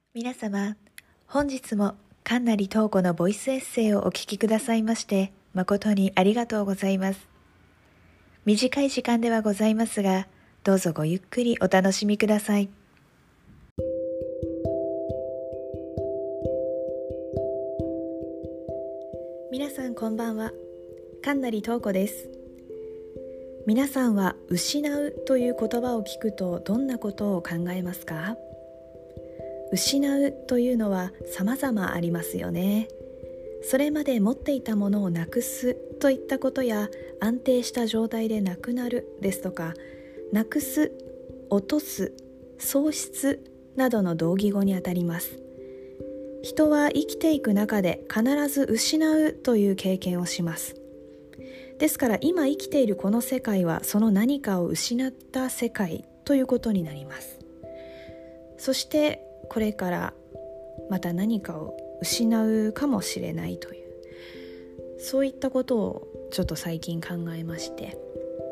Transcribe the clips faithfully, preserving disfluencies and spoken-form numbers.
皆様、本日も神成東子のボイスエッセイをお聞きくださいまして誠にありがとうございます。短い時間ではございますが、どうぞごゆっくりお楽しみください。皆さんこんばんは、神成東子です。皆さんは失うという言葉を聞くとどんなことを考えますか？失うというのは様々ありますよね。それまで持っていたものをなくすといったことや、安定した状態でなくなるですとか、なくす、落とす、喪失などの同義語にあたります。人は生きていく中で必ず失うという経験をします。ですから今生きているこの世界はその何かを失った世界ということになります。そしてこれからまた何かを失うかもしれないという、そういったことをちょっと最近考えまして、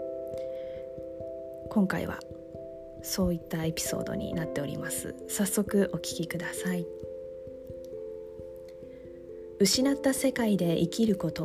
今回はそういったエピソードになっております。早速お聞きください。失った世界で生きること、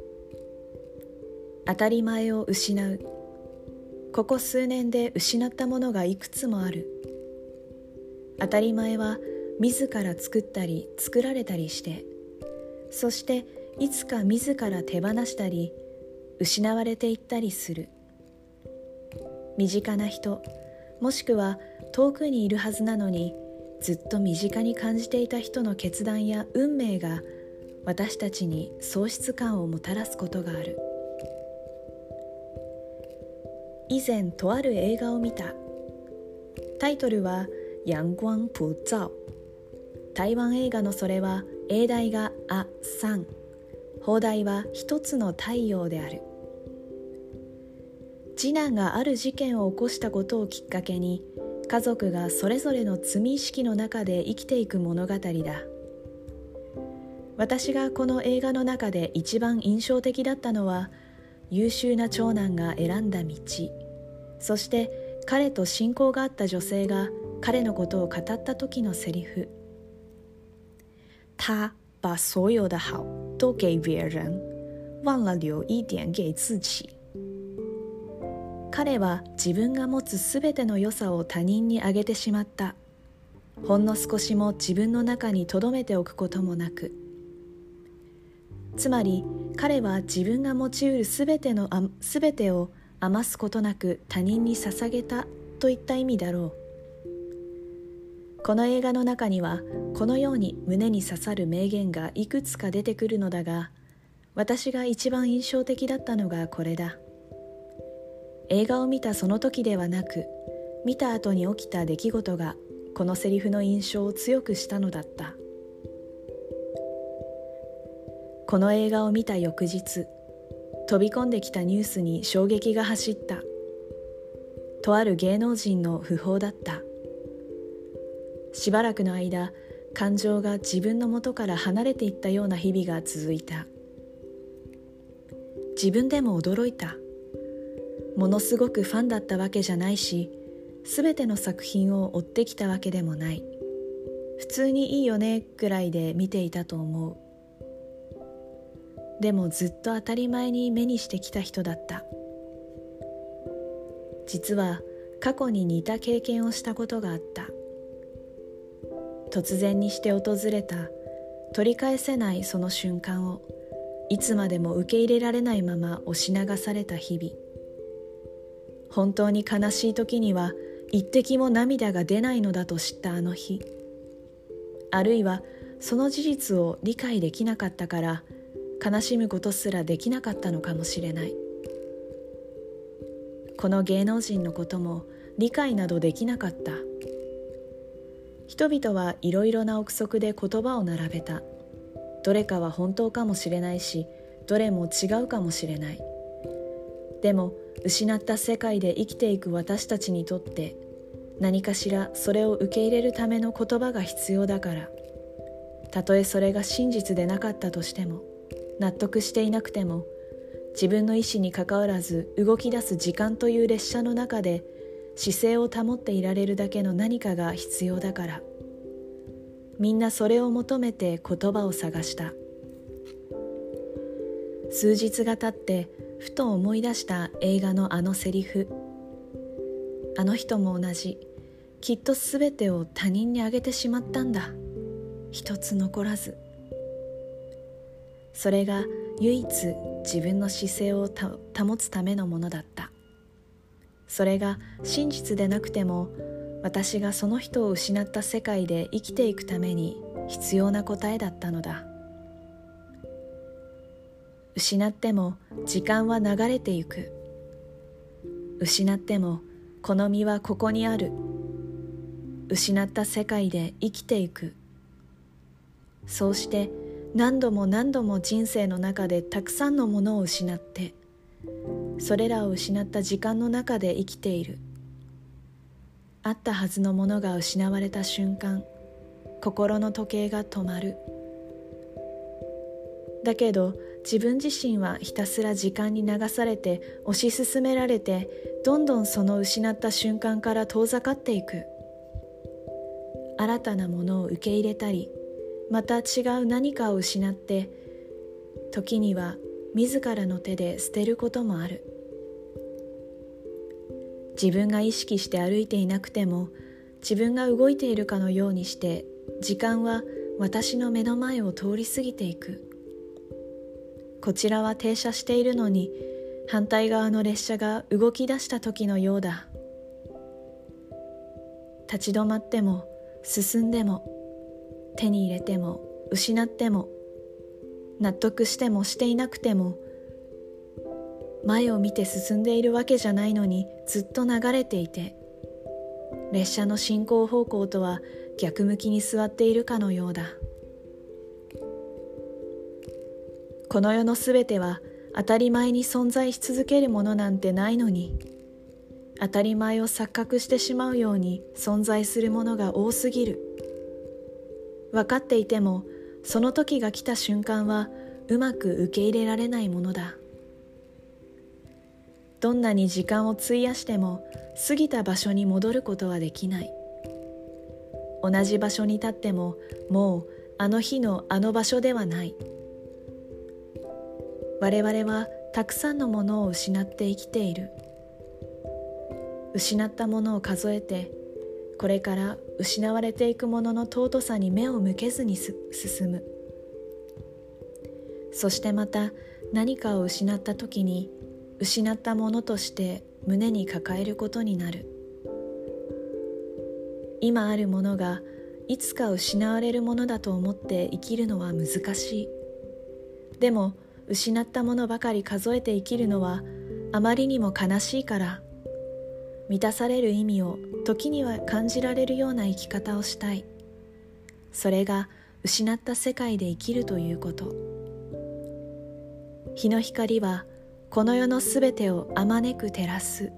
当たり前を失う。ここ数年で失ったものがいくつもある。当たり前は自ら作ったり作られたりして、そしていつか自ら手放したり失われていったりする。身近な人、もしくは遠くにいるはずなのにずっと身近に感じていた人の決断や運命が私たちに喪失感をもたらすことがある。以前とある映画を見た。タイトルは陽光普照。台湾映画のそれは英題があさん、邦題は一つの太陽である。次男がある事件を起こしたことをきっかけに、家族がそれぞれの罪意識の中で生きていく物語だ。私がこの映画の中で一番印象的だったのは、優秀な長男が選んだ道、そして彼と親交があった女性が彼のことを語った時のセリフ。他把所有的好都给别人，忘了留一点给自己。彼は自分が持つすべての良さを他人にあげてしまった。ほんの少しも自分の中に留めておくこともなく。つまり彼は自分が持ち得るすべてのすべてを余すことなく他人に捧げたといった意味だろう。この映画の中にはこのように胸に刺さる名言がいくつか出てくるのだが、私が一番印象的だったのがこれだ。映画を見たその時ではなく、見た後に起きた出来事がこのセリフの印象を強くしたのだった。この映画を見た翌日、飛び込んできたニュースに衝撃が走った。とある芸能人の訃報だった。しばらくの間、感情が自分の元から離れていったような日々が続いた。自分でも驚いた。ものすごくファンだったわけじゃないし、すべての作品を追ってきたわけでもない。普通にいいよねくらいで見ていたと思う。でもずっと当たり前に目にしてきた人だった。実は過去に似た経験をしたことがあった。突然にして訪れた取り返せないその瞬間をいつまでも受け入れられないまま押し流された日々。本当に悲しい時には一滴も涙が出ないのだと知ったあの日、あるいはその事実を理解できなかったから悲しむことすらできなかったのかもしれない。この芸能人のことも理解などできなかった。人々はいろいろな憶測で言葉を並べた。どれかは本当かもしれないし、どれも違うかもしれない。でも失った世界で生きていく私たちにとって、何かしらそれを受け入れるための言葉が必要だから、たとえそれが真実でなかったとしても、納得していなくても、自分の意思にかかわらず動き出す時間という列車の中で姿勢を保っていられるだけの何かが必要だから。 みんなそれを求めて言葉を探した。数日が経ってふと思い出した映画のあのセリフ。あの人も同じ。きっとすべてを他人にあげてしまったんだ。一つ残らず。それが唯一自分の姿勢をた保つためのものだった。それが真実でなくても、私がその人を失った世界で生きていくために必要な答えだったのだ。失っても時間は流れてゆく。失ってもこの身はここにある。失った世界で生きていく。そうして何度も何度も人生の中でたくさんのものを失って、それらを失った時間の中で生きている。あったはずのものが失われた瞬間、心の時計が止まる。だけど自分自身はひたすら時間に流されて推し進められて、どんどんその失った瞬間から遠ざかっていく。新たなものを受け入れたり、また違う何かを失って、時には自らの手で捨てることもある。自分が意識して歩いていなくても、自分が動いているかのようにして、時間は私の目の前を通り過ぎていく。こちらは停車しているのに、反対側の列車が動き出した時のようだ。立ち止まっても、進んでも、手に入れても、失っても、納得してもしていなくても、前を見て進んでいるわけじゃないのにずっと流れていて、列車の進行方向とは逆向きに座っているかのようだ。この世のすべては当たり前に存在し続けるものなんてないのに、当たり前を錯覚してしまうように存在するものが多すぎる。分かっていても、その時が来た瞬間はうまく受け入れられないものだ。どんなに時間を費やしても過ぎた場所に戻ることはできない。同じ場所に立ってももうあの日のあの場所ではない。我々はたくさんのものを失って生きている。失ったものを数えて、これから失われていくものの尊さに目を向けずに進む。そしてまた何かを失った時に、失ったものとして胸に抱えることになる。今あるものがいつか失われるものだと思って生きるのは難しい。でも失ったものばかり数えて生きるのはあまりにも悲しいから、満たされる意味を時には感じられるような生き方をしたい。それが失った世界で生きるということ。日の光はこの世のすべてをあまねく照らす。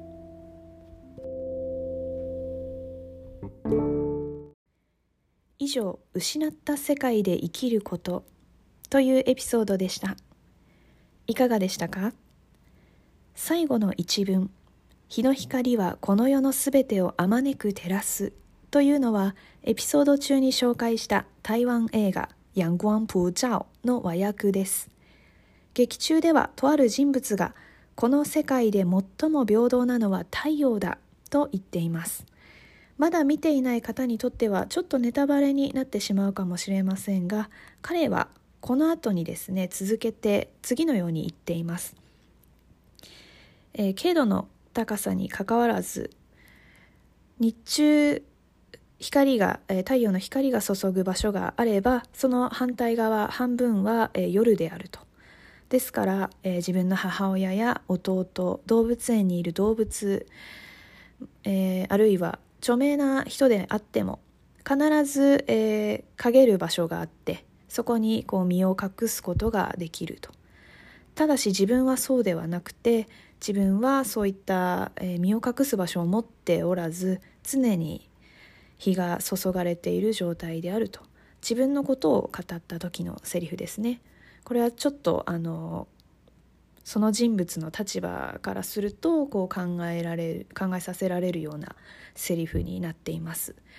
以上、失った世界で生きることというエピソードでした。いかがでしたか？最後の一文、日の光はこの世のすべてをあまねく照らすというのは、エピソード中に紹介した台湾映画陽光普照の和訳です。劇中ではとある人物が、この世界で最も平等なのは太陽だと言っています。まだ見ていない方にとってはちょっとネタバレになってしまうかもしれませんが、彼はこの後にですね、続けて次のように言っています。えー、経度の高さにかかわらず、日中光が、えー、太陽の光が注ぐ場所があれば、その反対側半分は、えー、夜であると。ですから、えー、自分の母親や弟、動物園にいる動物、えー、あるいは著名な人であっても必ず、えー、陰る場所があって、そこにこう身を隠すことができると。ただし自分はそうではなくて、自分はそういった、えー、身を隠す場所を持っておらず、常に日が注がれている状態であると。自分のことを語った時のセリフですね。これはちょっとあのその人物の立場からするとこう考えられる考えさせられるようなセリフになっています。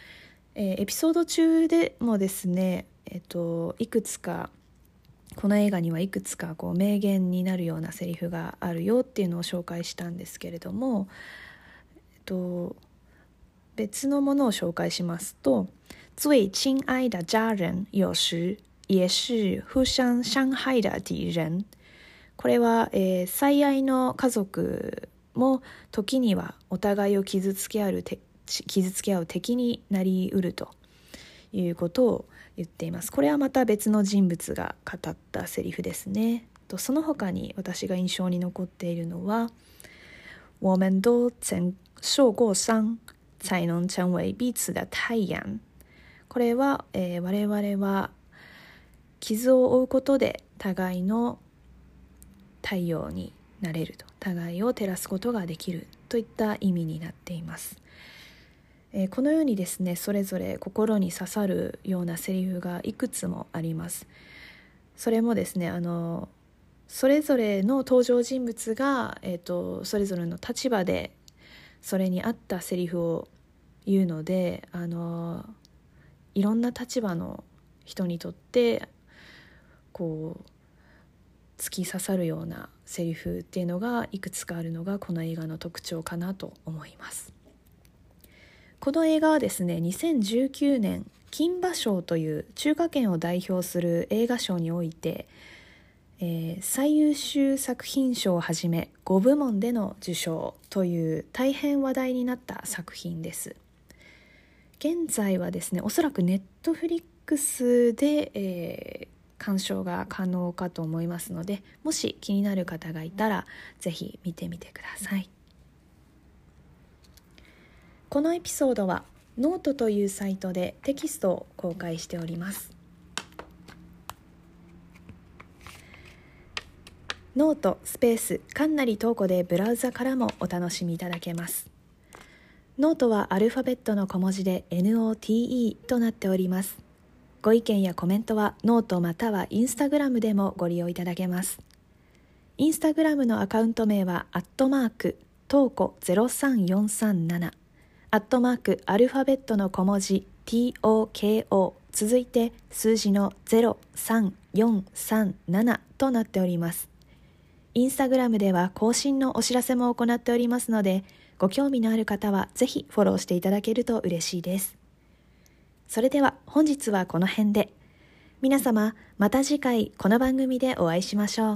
えー、エピソード中でもですね、えっと、いくつかこの映画にはいくつかこう名言になるようなセリフがあるよっていうのを紹介したんですけれども、えっと、別のものを紹介しますと、最親愛的家人有時也是互相傷害的敵人。これは、えー、最愛の家族も時にはお互いを傷つけ合う傷つけ合う敵になりうるということを言っています。これはまた別の人物が語ったセリフですね。とその他に私が印象に残っているのは、我们都曾受过傷才能成為彼此的太陽。これは、えー、我々は傷を負うことで互いの太陽になれると、互いを照らすことができるといった意味になっています。えー、このようにですね、それぞれ心に刺さるようなセリフがいくつもあります。それもですね、あのそれぞれの登場人物が、えーと、それぞれの立場でそれに合ったセリフを言うので、あのいろんな立場の人にとってこう突き刺さるようなセリフっていうのがいくつかあるのがこの映画の特徴かなと思います。この映画はですね、にせんじゅうきゅうねん金馬賞という中華圏を代表する映画賞において、えー、最優秀作品賞をはじめごぶもんでの受賞という大変話題になった作品です。現在はですね、おそらくネットフリックスで、えー、鑑賞が可能かと思いますので、もし気になる方がいたらぜひ見てみてください。このエピソードはノートというサイトでテキストを公開しております。ノートスペース神成東子でブラウザからもお楽しみいただけます。ノートはアルファベットの小文字で ノート となっております。ご意見やコメントはノートまたはインスタグラムでもご利用いただけます。インスタグラムのアカウント名はアットマーク東子ゼロさんよんさんなな、アットマークアルファベットの小文字 トーク 続いて数字のゼロさんよんさんななとなっております。インスタグラムでは更新のお知らせも行っておりますので、ご興味のある方はぜひフォローしていただけると嬉しいです。それでは本日はこの辺で。皆様、また次回この番組でお会いしましょう。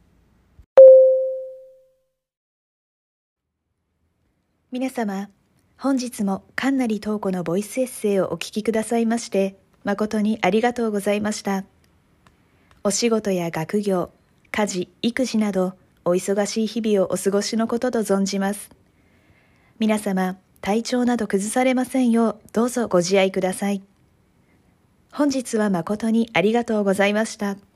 皆様、本日も神成東子のボイスエッセイをお聞きくださいまして誠にありがとうございました。お仕事や学業、家事、育児などお忙しい日々をお過ごしのことと存じます。皆様、体調など崩されませんようどうぞご自愛ください。本日は誠にありがとうございました。